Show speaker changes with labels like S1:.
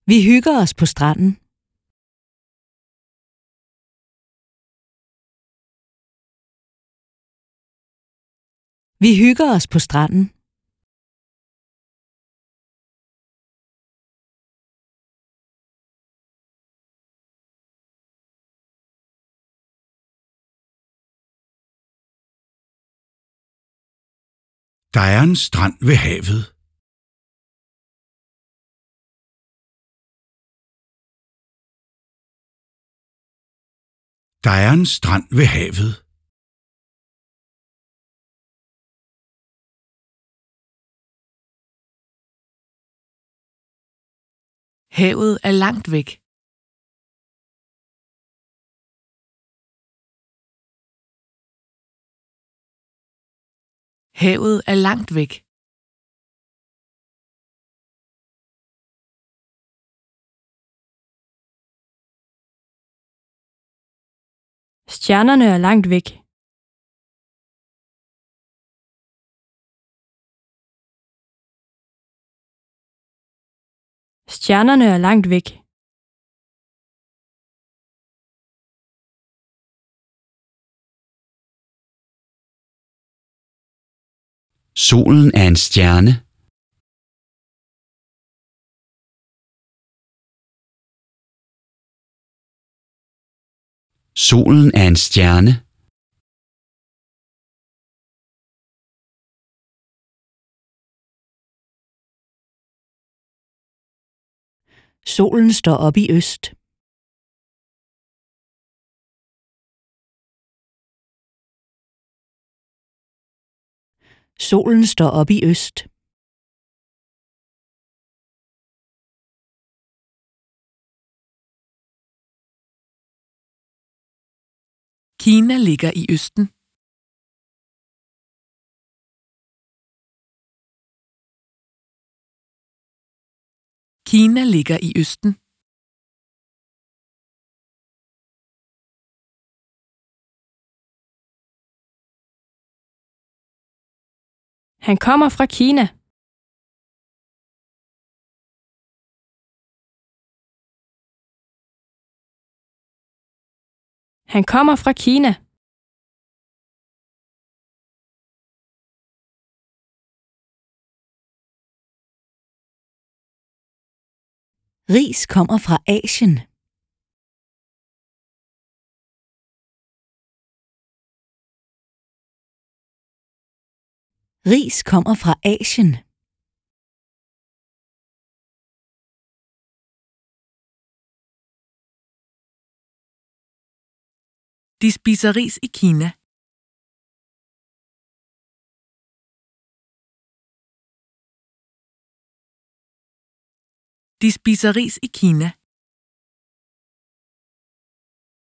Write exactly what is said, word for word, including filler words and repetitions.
S1: Vi hygger os på stranden. Vi hygger os på stranden.
S2: Der er en strand ved havet. Der er en strand ved havet.
S3: Havet er langt væk. Havet er langt væk.
S4: Stjernerne er langt væk. Stjernerne er langt væk.
S5: Solen er en stjerne. Solen er en stjerne.
S1: Solen står op i øst. Solen står op i øst.
S3: Kina ligger i østen. Kina ligger i østen.
S4: Han kommer fra Kina. Han kommer fra Kina.
S1: Ris kommer fra Asien. Ris kommer fra Asien.
S3: De spiser ris i Kina. De spiser ris i Kina.